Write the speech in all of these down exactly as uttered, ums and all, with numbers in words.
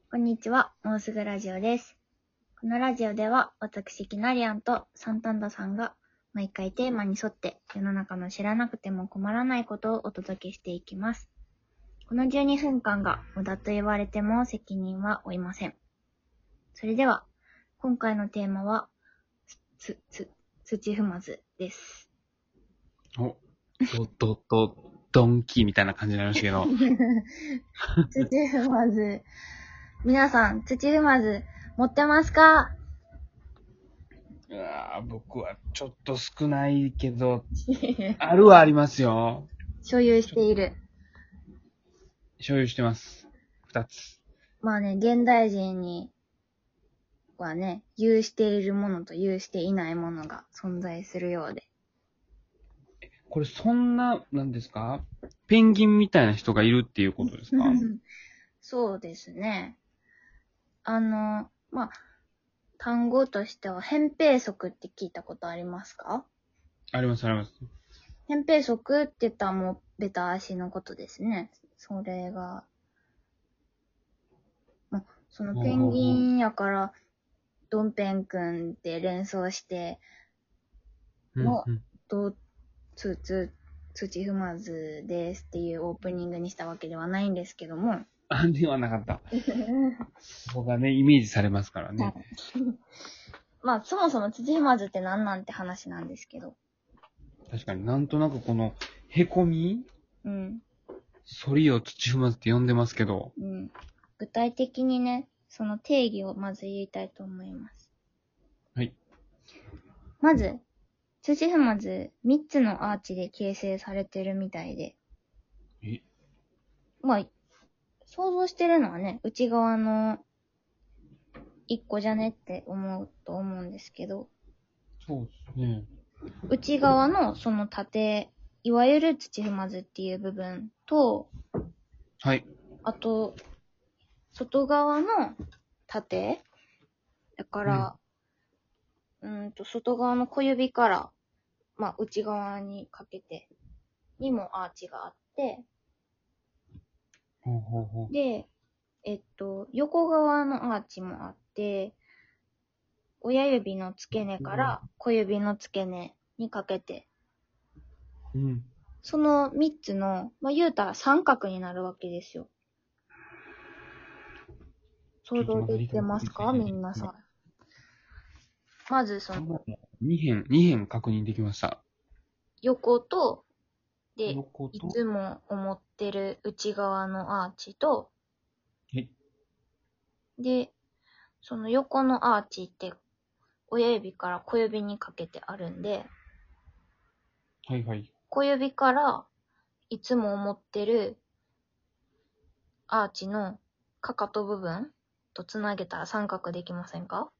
こんにちは、もうすぐラジオです。このラジオでは、私、きなりあんとサンタンダさんが、毎回テーマに沿って世の中の知らなくても困らないことをお届けしていきます。このじゅうにふんかんが無駄と言われても責任は負いません。それでは、今回のテーマは、つ、つ、土踏まずです。 お、ど、ど、ど、ドンキみたいな感じになりましたけど。 土踏まず。皆さん、土踏まず持ってますか？ うわ僕はちょっと少ないけど、あるはありますよ。 所有している。 所有してます。二つ。 まあね、現代人にはね、有しているものと有していないものが存在するようで。 これそんな、なんですか？ペンギンみたいな人がいるっていうことですか？ そうですね。あの、まあ、単語としては、扁平足って聞いたことありますか？ あります、あります。 扁平足って言ったらもう、ベタ足のことですね。それが、まあ、そのペンギンやから、ドンペンくんって連想して、の、 うんうん、 と、つ、つ、土踏まずですっていうオープニングにしたわけではないんですけども。 あ、ではなかった。そこがね、イメージされますからね。 まあ、そもそも土踏まずって何なんて話なんですけど。 確かになんとなくこの、へこみうん。 反りを土踏まずって呼んでますけど。 うん。具体的にね、その定義をまず言いたいと思います。 はい。 まず、土踏まずみっつのアーチで形成されてるみたいで。 えまあ、想像してるのはね、内側のいっこじゃねって思うと思うんですけど、 そうですね。 内側のその縦、いわゆる土踏まずっていう部分と、 はい。 あと、外側の縦だかうん。 ら、うーんと、外側の小指から、まあ、内側にかけてにもアーチがあって、 ほうほうほう。 で、えっと、横側のアーチもあって、親指の付け根から小指の付け根にかけて、 うん。 そのみっつの、まあ、言うたら三角になるわけですよ。想ちょっと像できてまだ理解ますか？みんなさん。まずその、 に辺、に辺確認できました。 横と、で、い横と、 つも思ってる内側のアーチと、 はい。 で、その横のアーチって親指から小指にかけてあるんで、 はいはい。 小指からいつも思ってるアーチのかかと部分とつなげたら三角できませんか？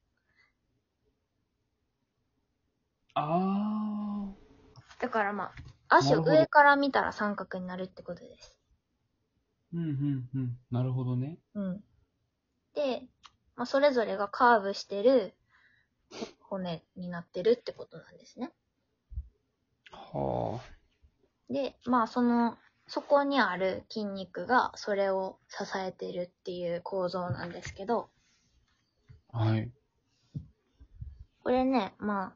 あだからまあ、 ー、 足をなるほど。 上から見たら三角になるってことです。 うん、うん、うん。なるほどね。 うん。で、まあ、それぞれがカーブしてる骨になってるってことなんですね。 はで、まあその、そこにある筋肉がそれを支えてるっていう構造なんですけど、 あ。はい。 これね、まあ、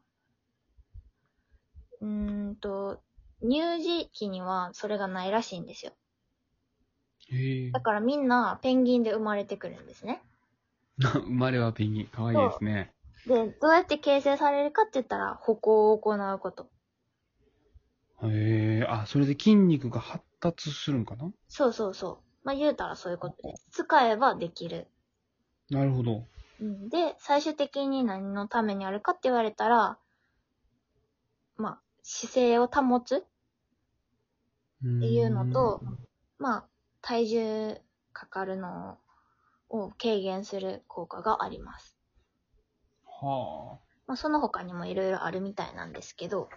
うーんと、乳児期にはそれがないらしいんですよ。 へえ。 だからみんなペンギンで生まれてくるんですね。 生まれはペンギン。かわいいですね。 で、どうやって形成されるかって言ったら歩行を行うこと。 へえ。あ、それで筋肉が発達するんかな？ そうそうそう。まあ言うたらそういうことです。使えばできる。 なるほど。 うん、で、最終的に何のためにあるかって言われたら、まあ、姿勢を保つっうーていうのん。 と、まあ、体重かかるのを軽減する効果があります。 はまあ、その他にもいろいろあるみたいなんですけど、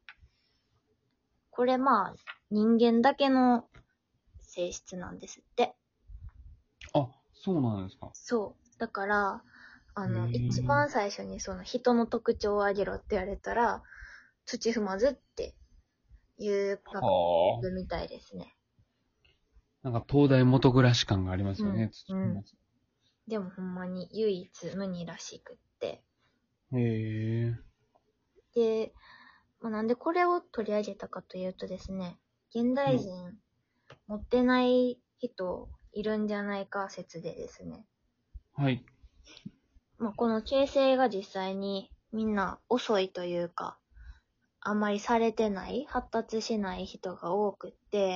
これまあ、人間だけの性質なんですって。 あ。あ、そうなんですか。 そう。だから、あへの、一え。 番最初にその人の特徴を挙げろって言われたら、土踏まずっていうのがはあ。 みたいですね。 なんか東大元暮らし感がありますうん。 よね。 うん。 土踏まず。 でもほんまに唯一無二らしくって。 へえ。 で、まあ、なんでこれを取り上げたかというとですね、現代人持ってない人いるんじゃないか説でですね。 はい。 まあ、この形成が実際にみんな遅いというか、あんまりされてない、発達しない人が多くって、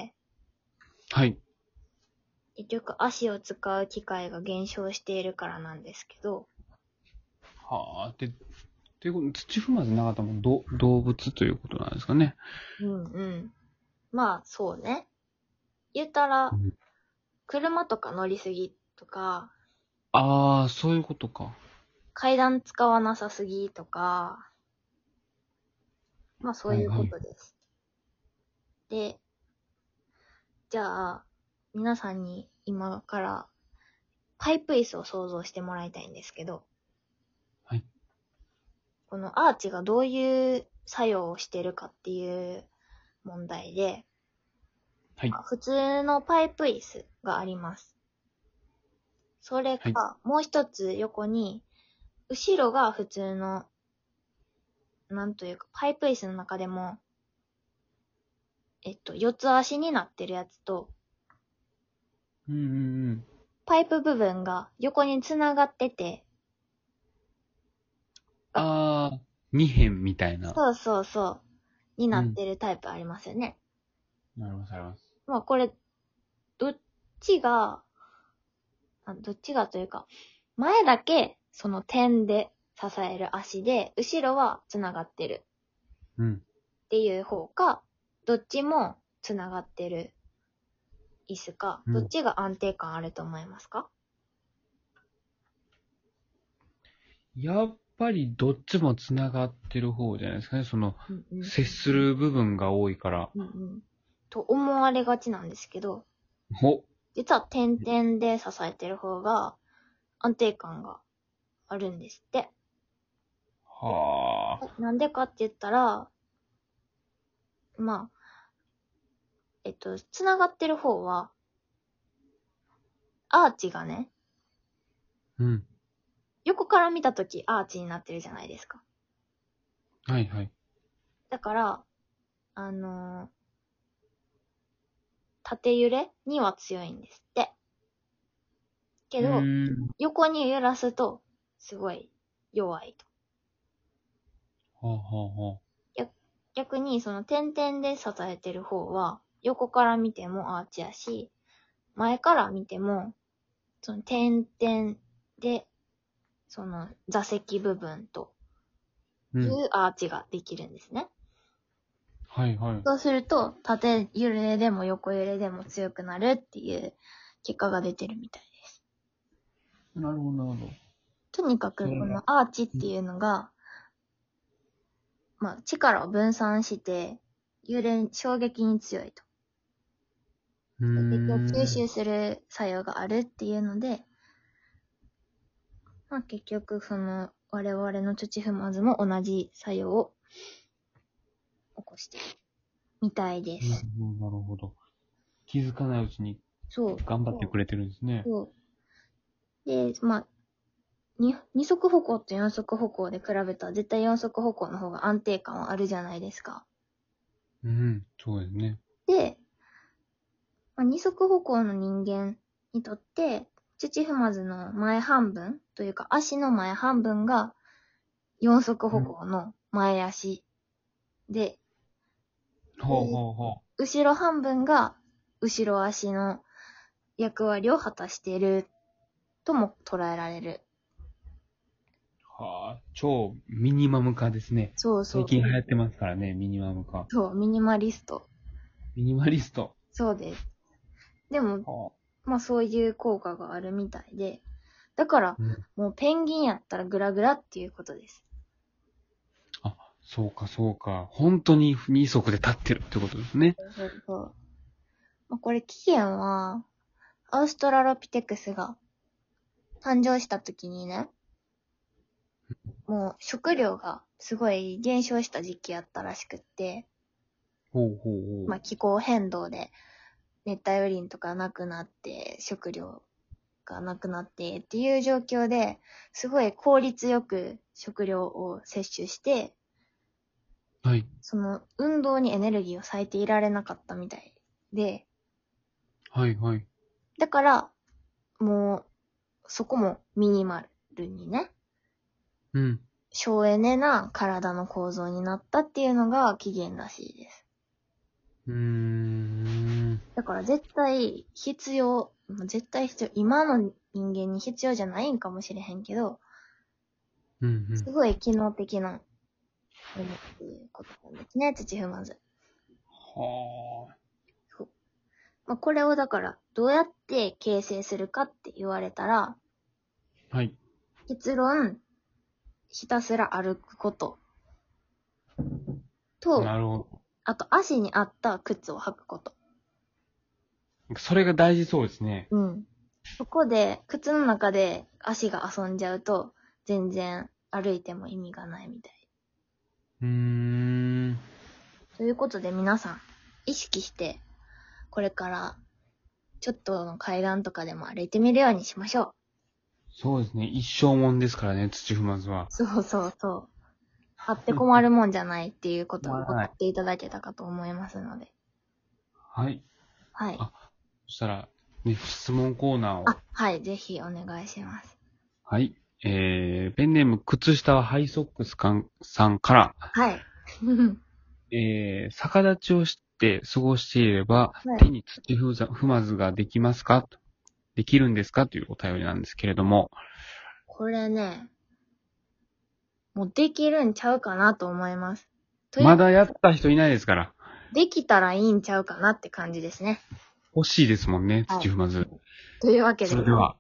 はい。 結局足を使う機会が減少しているからなんですけど、 はあ。で、っていうこと、土踏まずなかったもん、ど動物ということなんですかね。 うんうん。まあそうね。言ったら、車とか乗りすぎとか、 ああ、そういうことか。 階段使わなさすぎとか、まあそういうはいはい。 ことです。で、じゃあ、皆さんに今からパイプ椅子を想像してもらいたいんですけど、 はい。 このアーチがどういう作用をしてるかっていう問題で、 はい。 普通のパイプ椅子があります。それはい。 か、もう一つ横に、後ろが普通の、なんというか、パイプ椅子の中でも、えっと、四つ足になってるやつと、 うんうんうん。 パイプ部分が横に繋がってて、あ、 ああ、二辺みたいな。 そうそうそう、になっうん。 てるタイプありますよね。 なるほど、あります。 まあこれ、どっちが、あどっちがというか、前だけその点で支える足で、後ろは繋がってるうん。 っていう方か、どっちも繋がってる椅子か、 うん。 どっちが安定感あると思いますか？ やっぱりどっちも繋がってる方じゃないですかね。その、 うんうん。 接する部分が多いから。 うんうん。と思われがちなんですけど、 ほ。 実は点々で支えてる方が安定感があるんですって。 はあ。 なんでかって言ったら、まあ、えっと、繋がってる方は、アーチがね、 うん。 横から見たときアーチになってるじゃないですか。 はいはい。 だから、あのー縦揺れには強いんですって。けうど、 ーん。 横に揺らすと、すごい弱いと。 はあはあはあ。 逆逆に、その点々で支えてる方は、横から見てもアーチやし、前から見ても、その点々で、その座席部分というん。 うアーチができるんですね。 はいはい。 そうすると、縦揺れでも横揺れでも強くなるっていう結果が出てるみたいです。 なるほど、なるほど。 とにかく、こそれが。 のアーチっていうのが、まあ、力を分散して、揺れ、衝撃に強いと。 うー衝撃を吸ん。 収する作用があるっていうので、まあ結局その我々の土踏まずも同じ作用を起こしているみたいでなるす。 ほど、なるほど。気づかないうちにそう。 頑張ってくれてるんですね。 そう。で、まあ、に二足歩行と四足歩行で比べたら絶対四足歩行の方が安定感はあるじゃないですか。 うん、そうですね。 で、まあ、二足歩行の人間にとって、土踏まずの前半分というか足の前半分が四足歩行の前足で、 ほうほうほう。 後ろ半分が後ろ足の役割を果たしているとも捉えられる。 はあ、超ミニマム化ですね。 そうそう。 最近流行ってますからね、ミニマム化。 そう、ミニマリスト。 ミニマリスト。 そうです。でも、 はまあそういう効果があるみたいで、だから、 あ、うん。 もうペンギンやったらグラグラっていうことです。 あ、そうかそうか。本当に二足で立ってるってことですね。 そうそう。まあ、これ起源は、アウストラロピテクスが誕生した時にね、もう食料がすごい減少した時期やったらしくって、 ほうほうほう。 まあ気候変動で熱帯雨林とかなくなって食料がなくなってっていう状況で、すごい効率よく食料を摂取して、 はい。 その運動にエネルギーを割いていられなかったみたいで、 はいはい。 だから、もう、そこもミニマルにね、 うん。 省エネな体の構造になったっていうのが起源らしいです。 うーん。 だから絶対必要、絶対必要、今の人間に必要じゃないんかもしれへんけど、 うんうん。 すごい機能的なものっていうことなんですね、土踏まず。 はあ。 そう。まあ、これをだから、どうやって形成するかって言われたら、 はい。 結論、ひたすら歩くことと、 なるほあと足に合った靴を履くこと。 ど。それが大事そうですね。 うん。そこで、靴の中で足が遊んじゃうと、全然歩いても意味がないみたい。 うーん。 ということで皆さん、意識して、これから、ちょっとの階段とかでも歩いてみるようにしましょう。 そうですね。一生もんですからね、土踏まずは。 そうそうそう。あって困るもんじゃないっていうことを分はい。 かっていただけたかと思いますので。 はい。 はい。 あ、そしたら、ね、質問コーナーを。 あ、はい。ぜひお願いします。 はい。えー、ペンネーム、靴下はハイソックスかんさんから、 はい。 えー、逆立ちをして過ごしていれば、 はい手に土踏まずができますかとできるんですかというお便りなんですけれども。 これね、もうできるんちゃうかなと思います。というまだやった人いないですから。 できたらいいんちゃうかなって感じですね。 欲しいですもんね、 はい土踏まず。 というわけで、 それでは、